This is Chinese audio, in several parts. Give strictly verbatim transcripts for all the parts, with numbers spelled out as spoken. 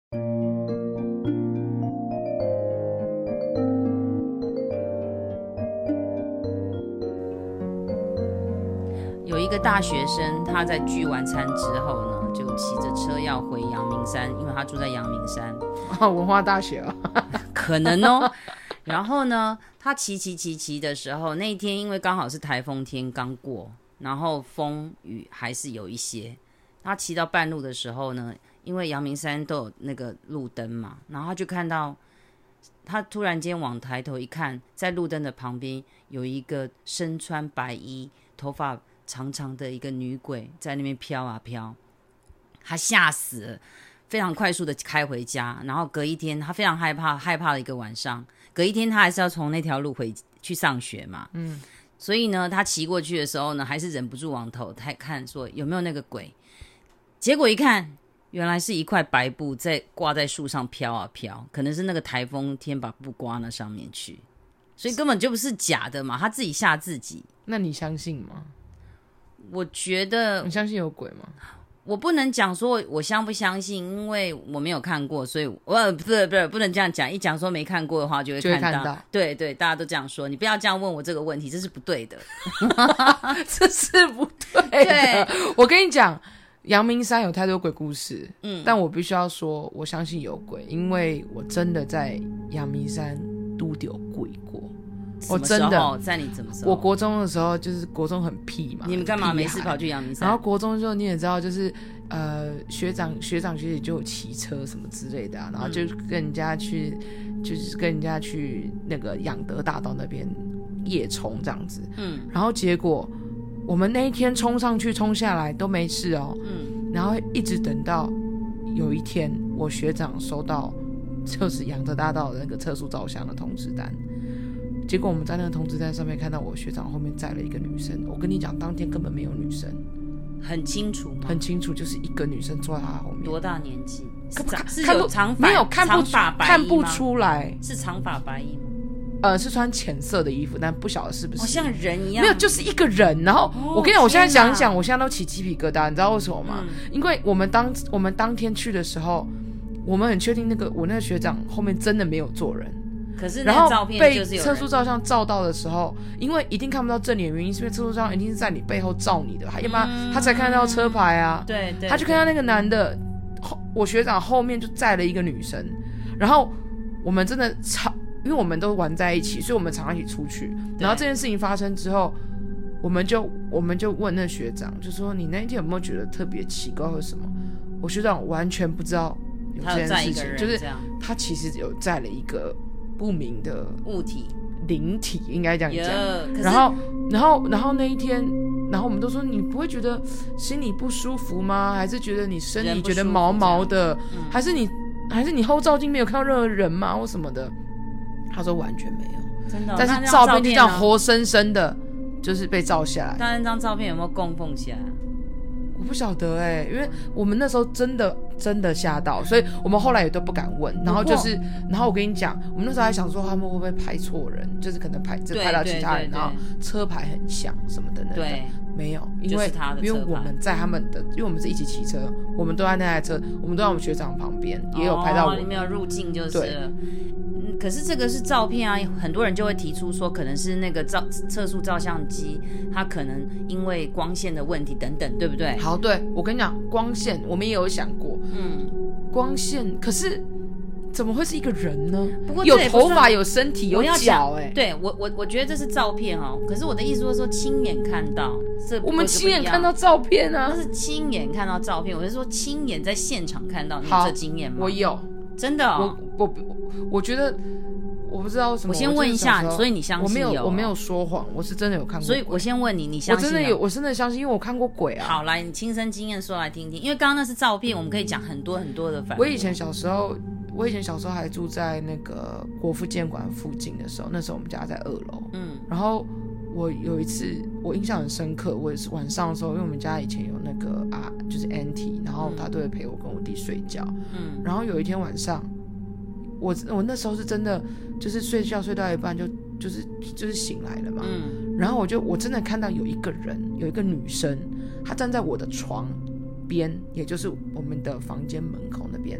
有一个大学生，他在聚完餐之后呢，就骑着车要回阳明山，因为他住在阳明山。 哦，文化大学哦， 可能哦。然后呢，他骑骑骑骑的时候，那一天因为刚好是台风天刚过，然后风雨还是有一些。他骑到半路的时候呢，因为阳明山都有那个路灯嘛，然后他就看到，他突然间往抬头一看，在路灯的旁边有一个身穿白衣、头发长长的一个女鬼在那边飘啊飘，他吓死了，非常快速的开回家，然后隔一天他非常害怕，害怕了一个晚上，隔一天他还是要从那条路回去上学嘛，嗯，所以呢，他骑过去的时候呢，还是忍不住往头看说有没有那个鬼，结果一看，原来是一块白布在挂在树上飘啊飘，可能是那个台风天把布刮那上面去，所以根本就不是假的嘛，他自己吓自己。 那你相信吗？ 我觉得你相信有鬼吗？ 我不能讲说我相不相信，因为我没有看过，所以我不是不是不能这样讲。一讲说没看过的话，就会看到。 就会看到对对，大家都这样说。你不要这样问我这个问题，这是不对的， 这是不对的。对，我跟你讲，阳明山有太多鬼故事，嗯，但我必须要说，我相信有鬼，因为我真的在阳明山都有鬼过。我真的在你怎么时候？ 我国中的时候，就是国中很屁嘛。 你们干嘛没事跑去阳明山？ 然后国中的时候你也知道，就是呃学长学长学姐就有骑车什么之类的啊，然后就跟人家去，嗯、就是跟人家去那个仰德大道那边夜冲这样子。嗯，然后结果我们那一天冲上去冲下来都没事哦。嗯，然后一直等到有一天我学长收到就是仰德大道的那个测速照相的通知单。结果我们在那个通知单上面看到我学长后面载了一个女生，我跟你讲，当天根本没有女生， 很清楚吗？ 很清楚，就是一个女生坐在他后面。 多大年纪？是是有长发？ 没有看不长发白衣吗？ 看不出来， 是长发白衣吗？ 呃，是穿浅色的衣服，但不晓得是不是。 哦，像人一样。 没有，就是一个人。然后、哦、我跟你讲，我现在想一想，我现在都起鸡皮疙瘩，你知道为什么吗？嗯、因为我们当我们当天去的时候，我们很确定那个我那个学长后面真的没有坐人。 可是那个照片就是有人， 然后被测速照相照到的时候，因为一定看不到正脸的原因，是因为测速照相一定是在你背后照你的，要不然他才看到车牌啊。 对 对, 对， 他就看到那个男的，我学长后面就载了一个女生，然后我们真的超，因为我们都玩在一起，所以我们常常一起出去。然后这件事情发生之后，我们就我们就问那学长，就说你那一天有没有觉得特别奇怪或什么？我学长完全不知道有这件事情，就是他其实有载了一个不明的物体灵体，应该这样讲。 Yeah, 然后然后然后那一天，然后我们都说你不会觉得心里不舒服吗？还是觉得你身体觉得毛毛的、嗯、还是你还是你后照镜没有看到任何人吗或什么的？他说完全没有， 真的、哦。 但是照片就这样活生生的就是被照下来。 但那张照片有没有供奉起来？ 我不晓得哎、欸，因为我们那时候真的真的吓到，所以我们后来也都不敢问。然后就是，然后我跟你讲，我们那时候还想说他们会不会拍错人，就是可能拍这拍到其他人，然后车牌很像什么的那种。对，没有，因为、就是、因为我们在他们的，因为我们是一起骑车，我们都在那台车，我们都在我们学长旁边，也有拍到我们。 哦，你没有入境就是了。嗯，可是这个是照片啊，很多人就会提出说，可能是那个照测速照相机，它可能因为光线的问题等等，对不对？ 好，对，我跟你讲，光线我们也有想过，嗯，光线，可是怎么会是一个人呢？ 不过有头发、有身体、有脚、欸， 哎，对我我我觉得这是照片哦。可是我的意思就是说，亲眼看到，这我们亲眼看到照片啊， 那是亲眼看到照片，我是说亲眼在现场看到，你有这经验吗？ 我有。 真的哦， 我我我觉得我不知道为什么。 我先问一下，所以你相信有？ 我没有，我没有说谎，我是真的有看过鬼。 所以我先问你，你相信有？ 我真的有，我真的相信，因为我看过鬼啊。 好，来，你亲身经验说来听听。因为刚刚那是照片，我们可以讲很多很多的反应。 我以前小时候，我以前小时候还住在那个国父纪念馆附近的时候，那时候我们家在二楼，嗯，然后我有一次我印象很深刻，我也是晚上的时候，因为我们家以前有那个啊，就是 auntie， 然后他都会陪我跟我弟睡觉，嗯，然后有一天晚上。我我那时候是真的就是睡觉睡到一半就就是就是醒来了嘛，嗯，然后我就我真的看到有一个人，有一个女生，她站在我的床边，也就是我们的房间门口那边，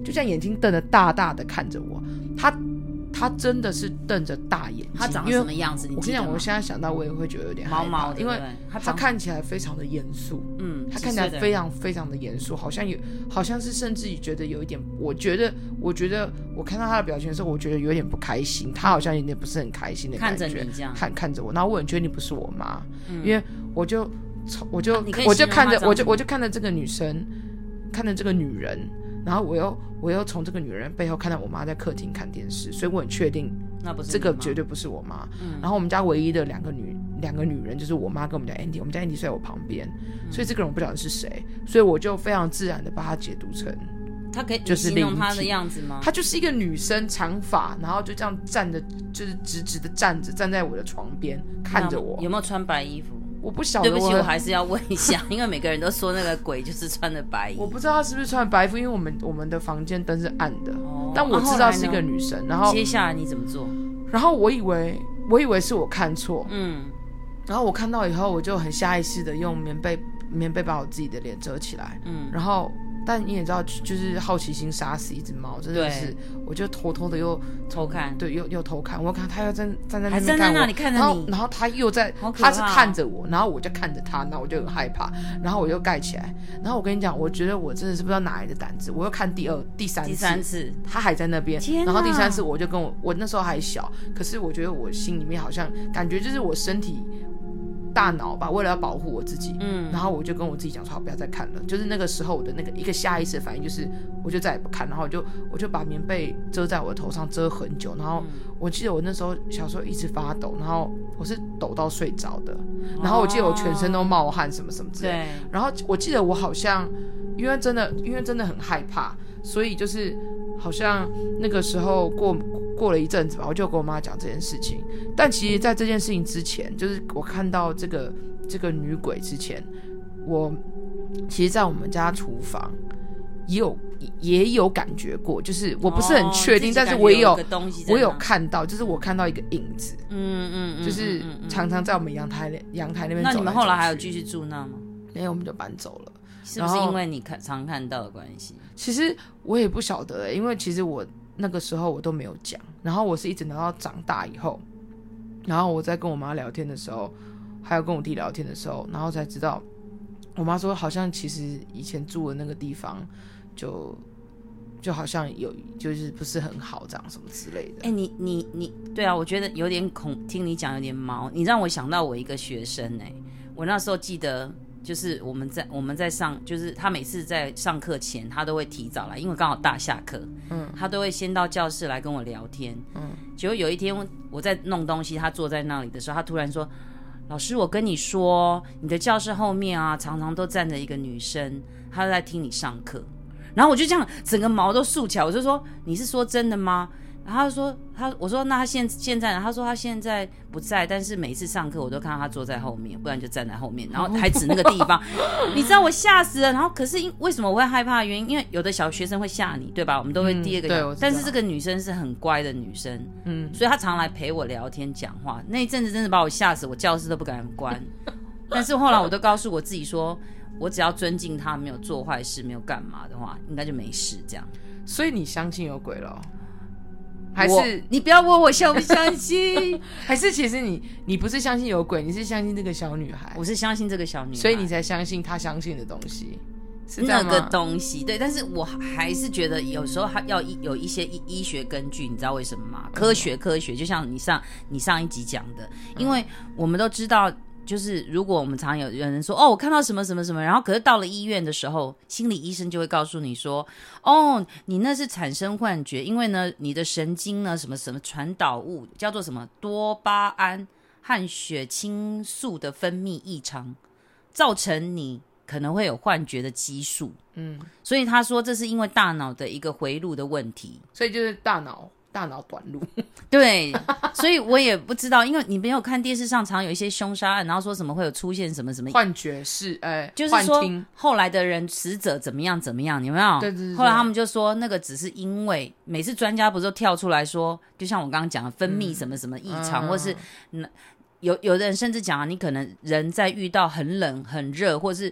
就像眼睛瞪得大大的看着我，他他真的是瞪着大眼睛。 他长什么样子？你我跟你讲，我现在想到我也会觉得有点害怕， 毛毛的， 因为他看起来非常的严肃，嗯，他看起来非常非常的严肃，好像有，好像是甚至于觉得有一点，我觉得，我觉得我看到他的表情的时候，我觉得有点不开心，他好像有点不是很开心的感觉， 看着你这样， 看看着我，然后我很确定你不是我妈，嗯、因为我就我就、 啊、 我就看着我就我就看着这个女生，看着这个女人。然后我又我又从这个女人背后看到我妈在客厅看电视，所以我很确定这个绝对不是我妈。嗯、然后我们家唯一的两个女两个女人就是我妈跟我们家 Andy， 我们家 Andy 睡在我旁边，嗯、所以这个人我不晓得是谁，所以我就非常自然的把她解读成， 她可以就是形容她的样子吗？ 她就是一个女生，长发，然后就这样站着，就是直直的站着，站在我的床边看着我。 有没有穿白衣服？ 我不晓得， 对不起，我还是要问一下，因为每个人都说那个鬼就是穿的白衣。 我不知道他是不是穿白衣服，因为我们我们的房间灯是暗的，哦、但我知道是一个女生。然后接下来你怎么做？ 然后我以为我以为是我看错，嗯，然后我看到以后，我就很下意识的用棉被棉被把我自己的脸遮起来，嗯，然后。但你也知道，就是好奇心杀死一只猫，真的是，我就偷偷的又偷看， 对，又又偷看，我看他又站站在那边看我， 还站在那里看着你， 然后然后他又在，他是看着我，然后我就看着他，然后我就很害怕，然后我就盖起来，然后我跟你讲，我觉得我真的是不知道哪来的胆子，我又看第二、第三次， 第三次他还在那边，然后第三次我就跟我，我那时候还小，可是我觉得我心里面好像感觉就是我身体。大脑吧，为了要保护我自己，嗯，然后我就跟我自己讲说，好，不要再看了。就是那个时候我的那个一个下意识的反应就是，我就再也不看，然后我就我就把棉被遮在我的头上遮很久，然后我记得我那时候小时候一直发抖，然后我是抖到睡着的，然后我记得我全身都冒汗什么什么之类的，然后我记得我好像因为真的因为真的很害怕，所以就是好像那个时候过过了一阵子吧，我就跟我妈讲这件事情。但其实在这件事情之前，就是我看到这个这个女鬼之前，我其实在我们家厨房也有也有感觉过，就是我不是很确定，哦、但是我也有我有看到，就是我看到一个影子，嗯嗯嗯，就是常常在我们阳台阳台那边走来走去。 那你们后来还有继续住那吗？ 没有，我们就搬走了。 是不是因为你看常看到的关系？ 其实我也不晓得、欸，因为其实我那个时候我都没有讲，然后我是一直等到长大以后，然后我在跟我妈聊天的时候，还有跟我弟聊天的时候，然后才知道，我妈说好像其实以前住的那个地方就就好像有就是不是很好这样什么之类的。 哎、欸，你你你，对啊，我觉得有点恐，听你讲有点毛，你让我想到我一个学生哎、欸，我那时候记得。就是我们在我们在上，就是他每次在上课前，他都会提早来，因为刚好大下课，嗯，他都会先到教室来跟我聊天，嗯，结果有一天我在弄东西，他坐在那里的时候，他突然说：“老师，我跟你说，你的教室后面啊，常常都站着一个女生，她在听你上课。”然后我就这样整个毛都竖起来，我就说：“你是说真的吗？”然后他说他我说那他现现在呢？他说他现在不在，但是每一次上课我都看到他坐在后面，不然就站在后面，然后还指那个地方。你知道我嚇死了。然后可是为什么我会害怕的原因？因为有的小学生会吓你，对吧？我们都会第二个、嗯、但是这个女生是很乖的女生，嗯，所以她常来陪我聊天讲话。那一阵子真的把我吓死，我教室都不敢关。但是后来我都告诉我自己说，我只要尊敬她，没有做坏事，没有干嘛的话，应该就没事这样。 所以你相信有鬼了？还是你不要问我相不相信？ 还是其实你你不是相信有鬼，你是相信这个小女孩？ 我是相信这个小女孩， 所以你才相信她相信的东西，是这样吗？ 那个东西对，但是我还是觉得有时候还要有一些医学根据，你知道为什么吗？科学科学，就像你上你上一集讲的，因为我们都知道。就是如果我们常有人说哦我看到什么什么什么，然后可是到了医院的时候，心理医生就会告诉你说哦你那是产生幻觉，因为呢你的神经呢什么什么传导物叫做什么多巴胺和血清素的分泌异常，造成你可能会有幻觉的激素。嗯，所以他说这是因为大脑的一个回路的问题， 所以就是大脑大脑短路。 对，所以我也不知道，因为你没有看电视上常有一些凶杀案，然后说什么会有出现什么什么幻觉是呃， 就是说后来的人死者怎么样怎么样，有没有？ 对对对。 后来他们就说那个只是因为每次专家不是都跳出来说，就像我刚刚讲的分泌什么什么异常，嗯、或是有有的人甚至讲你可能人在遇到很冷很热，或是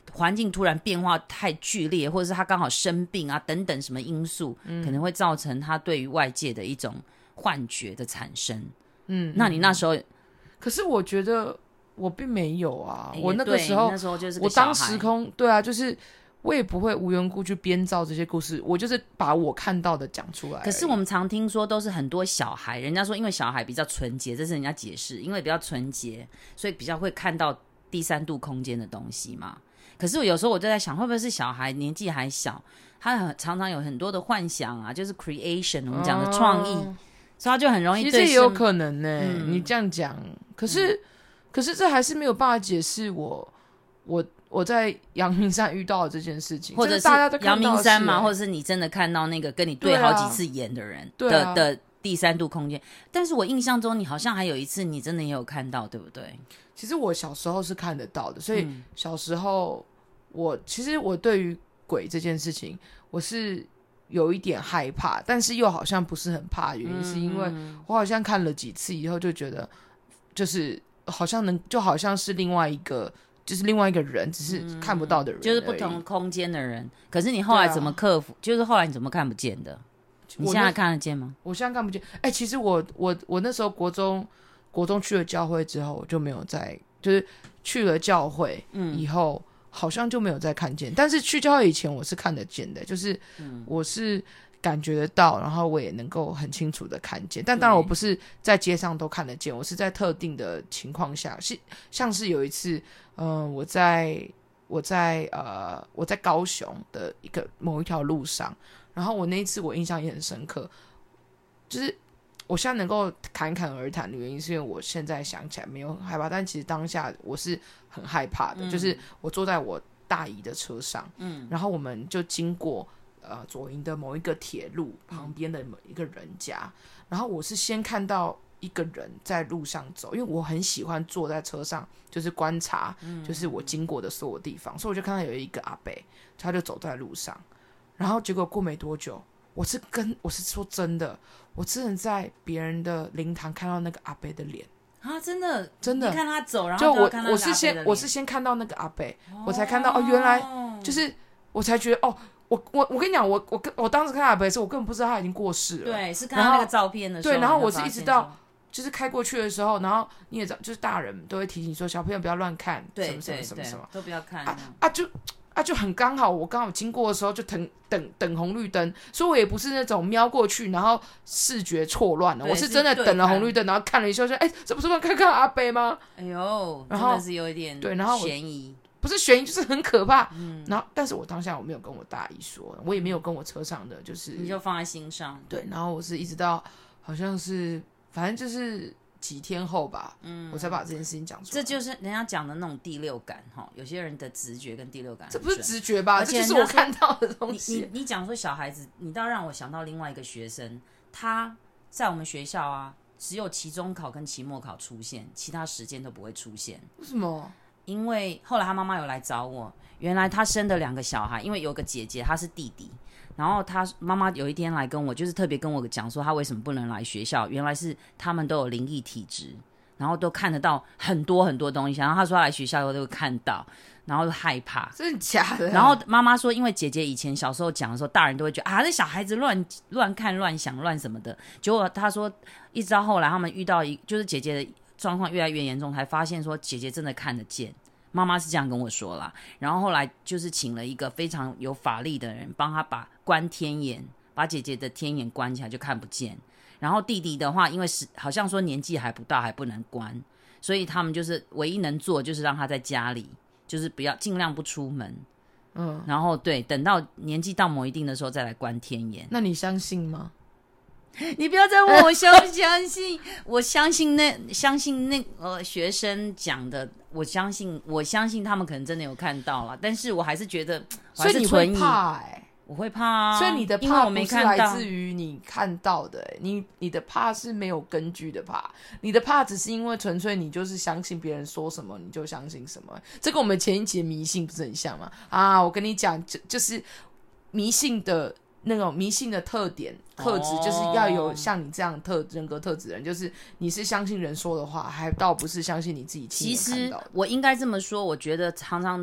环境突然变化太剧烈，或者是他刚好生病啊等等什么因素，嗯、可能会造成他对于外界的一种幻觉的产生。嗯，那你那时候， 可是我觉得我并没有啊，我那个时候， 那时候就是我当时空，对啊，就是我也不会无缘故去编造这些故事，我就是把我看到的讲出来。 可是我们常听说都是很多小孩，人家说因为小孩比较纯洁，这是人家解释，因为比较纯洁，所以比较会看到第三度空间的东西嘛。可是我有时候我就在想，会不会是小孩年纪还小，他很常常有很多的幻想啊，就是 creation 我们讲的创意、哦，所以他就很容易对。 其实也有可能呢、欸嗯，你这样讲，可是、嗯、可是这还是没有办法解释我我我在阳明山遇到的这件事情， 或者是阳明山嘛，或者是你真的看到那个跟你对好几次眼的人的、啊、的第三度空间。但是我印象中你好像还有一次你真的也有看到，对不对？ 其实我小时候是看得到的，所以小时候我、嗯、其实我对于鬼这件事情我是有一点害怕，但是又好像不是很怕的原因、嗯、是因为我好像看了几次以后就觉得就是好像能就好像是另外一个就是另外一个人，只是看不到的人、嗯、 就是不同空间的人。可是你后来怎么克服、啊、就是后来你怎么看不见的？你现在看得见吗？ 我现在看不见。哎、欸，其实我我我那时候国中国中去了教会之后，我就没有再就是去了教会以后、嗯、好像就没有再看见。但是去教会以前我是看得见的，就是我是感觉得到，然后我也能够很清楚的看见。但当然我不是在街上都看得见，我是在特定的情况下，是像是有一次，嗯、呃，我在我在呃我在高雄的一个某一条路上，然后我那一次我印象也很深刻，就是我现在能够侃侃而谈的原因是因为我现在想起来没有很害怕，但其实当下我是很害怕的、嗯、就是我坐在我大姨的车上，嗯，然后我们就经过呃左营的某一个铁路旁边的某一个人家、嗯、然后我是先看到一个人在路上走，因为我很喜欢坐在车上就是观察就是我经过的所有地方、嗯、所以我就看到有一个阿伯他就走在路上，然后结果过没多久，我是跟我是说真的，我真的在别人的灵堂看到那个阿伯的脸啊！真的真的， 你看他走，然后就看到那个阿伯的脸。 我是先我是先看到那个阿伯、哦，我才看到哦，原来就是我才觉得哦，我我我跟你讲，我我我当时看到阿伯的时候，我根本不知道他已经过世了。 对，是看到那个照片的时候。 对，然后我是一直到就是开过去的时候，然后你也知道，就是大人都会提醒说小朋友不要乱看， 对， 什么什么什么什么都不要看啊啊就。啊，就很刚好，我刚好经过的时候就等等等红绿灯，所以我也不是那种瞄过去然后视觉错乱了，我是真的等了红绿灯，然后看了一下，说，哎，这不是看看阿伯吗？ 哎呦，然后真的是有一点对，然后悬疑， 不是悬疑，就是很可怕。嗯，然后但是我当下我没有跟我大姨说，我也没有跟我车上的，就是你就放在心上。 对，然后我是一直到好像是反正就是几天后吧，嗯，我才把这件事情讲出来。 这就是人家讲的那种第六感哈，有些人的直觉跟第六感， 这不是直觉吧？这就是我看到的东西。 你你你讲说小孩子，你倒让我想到另外一个学生，他在我们学校啊，只有期中考跟期末考出现，其他时间都不会出现。 为什么？ 因为后来他妈妈有来找我，原来他生的两个小孩，因为有个姐姐，她是弟弟。然后他妈妈有一天来跟我，就是特别跟我讲说他为什么不能来学校，原来是他们都有灵异体质，然后都看得到很多很多东西，然后他说他来学校以后都会看到，然后就害怕。 真的假的？ 然后妈妈说因为姐姐以前小时候讲的时候，大人都会觉得啊那小孩子乱乱看乱想乱什么的，结果他说一直到后来他们遇到一就是姐姐的状况越来越严重，才发现说姐姐真的看得见。妈妈是这样跟我说啦，然后后来就是请了一个非常有法力的人帮他把关天眼，把姐姐的天眼关起来就看不见。然后弟弟的话因为是好像说年纪还不大还不能关，所以他们就是唯一能做就是让他在家里，就是不要尽量不出门。嗯，然后对，等到年纪到某一定的时候再来关天眼。 那你相信吗？ 你不要再问我相不相信，我相信那相信那呃学生讲的，我相信我相信他们可能真的有看到了，但是我还是觉得， 所以你会怕哎、欸， 我会怕啊， 所以你的怕不是来自于你看到的、欸，你你的怕是没有根据的怕，你的怕只是因为纯粹你就是相信别人说什么你就相信什么，这跟我们前一集的迷信不是很像吗？啊，我跟你讲，就就是迷信的。那种迷信的特点特质就是要有像你这样特人格特质的人，就是你是相信人说的话，还倒不是相信你自己亲眼看到的。 其实我应该这么说，我觉得常常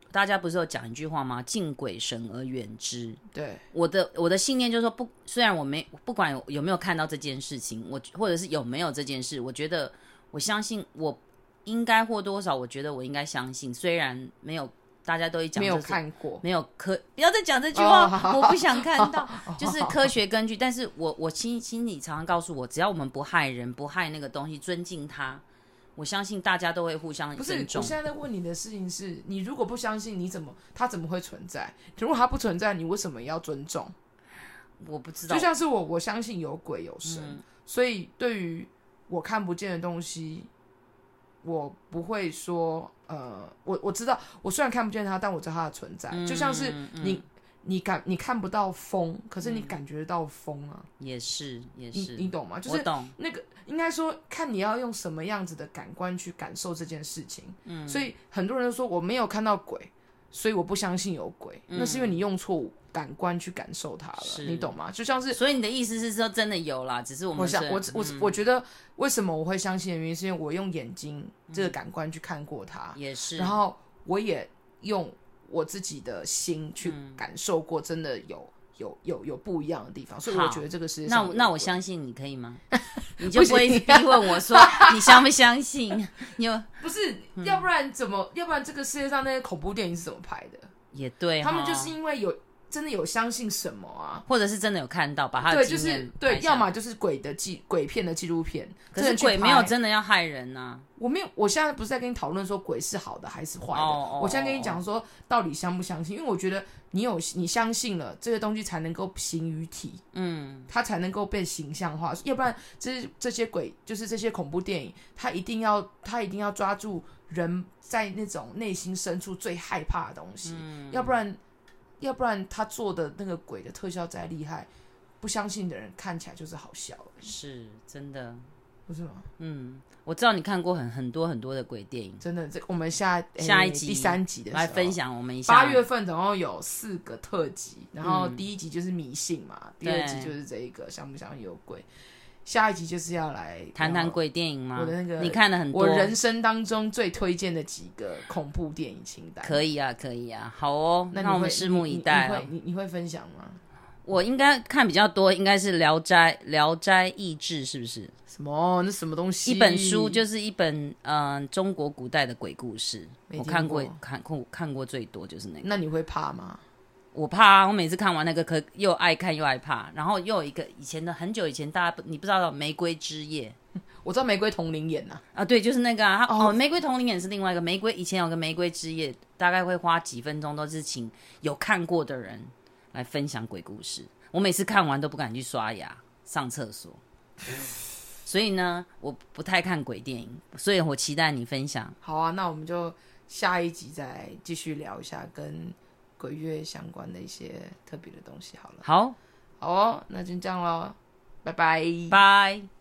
大家不是有讲一句话吗？敬鬼神而远之。 对， 我的我的信念就是说不，虽然我没不管有有没有看到这件事情，我或者是有没有这件事，我觉得我相信我应该或多或少，我觉得我应该相信，虽然没有。大家都一讲、就是、 没有看过， 没有科，不要再讲这句话， 哦、 我不想看到，就是科学根据。但是我我心心里常常告诉我，只要我们不害人，不害那个东西，尊敬它，我相信大家都会互相尊重。 不是，我现在在问你的事情是，你如果不相信，你怎么它怎么会存在？如果它不存在，你为什么要尊重？ 我不知道， 就像是我，我相信有鬼有神，嗯、所以对于我看不见的东西，我不会说。呃，我我知道，我虽然看不见它，但我知道它的存在。嗯、就像是你，嗯、你感你看不到风，可是你感觉到风啊， 嗯、也是也是， 你你懂吗？就是那个应该说，看你要用什么样子的感官去感受这件事情。嗯，所以很多人都说我没有看到鬼，所以我不相信有鬼，嗯、那是因为你用错感官去感受它了，你懂吗？就像是， 所以你的意思是说真的有啦，只是我们我想我我、嗯、我觉得为什么我会相信的原因，是因为我用眼睛这个感官去看过它， 也是， 然后我也用我自己的心去感受过，真的有有有有不一样的地方，所以我觉得这个是那那我相信你可以吗？你就不会一直逼问我说你相不相信？你有不是、嗯、要不然怎么？要不然这个世界上那些恐怖电影是怎么拍的？ 也对， 他们就是因为有。真的有相信什么啊？ 或者是真的有看到，把他的经验对，就是对，要么就是鬼的纪鬼片的纪录片。 可是鬼没有真的要害人啊！ 我没有，我现在不是在跟你讨论说鬼是好的还是坏的， oh, oh, 我现在跟你讲说到底相不相信，因为我觉得你有你相信了这个东西才能够形于体，嗯，它才能够被形象化，要不然这这些鬼就是这些恐怖电影，它一定要它一定要抓住人在那种内心深处最害怕的东西，嗯、要不然。要不然他做的那个鬼的特效再厉害，不相信的人看起来就是好笑。 是真的， 不是吗？ 嗯，我知道你看过很很多很多的鬼电影， 真的。这我们下下一集第三集的时候来分享我们一下。 八月份总共有四个特辑，然后第一集就是迷信嘛，嗯、第二集就是这一个相不相信有鬼。下一集就是要来谈谈鬼电影吗？ 我的那个你看了很多， 我人生当中最推荐的几个恐怖电影清单。 可以啊，可以啊，好哦， 那, 那我们拭目以待、哦。 你你, 你, 你, 你会分享吗？ 我应该看比较多，应该是《聊斋》《聊斋异志》，是不是？ 什么？那什么东西？ 一本书，就是一本嗯、呃、中国古代的鬼故事。我看过，看过看过最多就是那个。 那你会怕吗？ 我怕啊！我每次看完那个，可又爱看又爱怕。然后又有一个以前的很久以前，大家你不知道的《玫瑰之夜》， 我知道玫瑰童林演啊， 啊，对，就是那个啊。哦，玫瑰童林演是另外一个。玫瑰以前有个《玫瑰之夜》，大概会花几分钟，都是请有看过的人来分享鬼故事。我每次看完都不敢去刷牙、上厕所，所以呢，我不太看鬼电影，所以我期待你分享。 好啊，那我们就下一集再继续聊一下跟鬼月相关的一些特别的东西好了。 好， 好哦，那就这样咯，拜拜， 拜。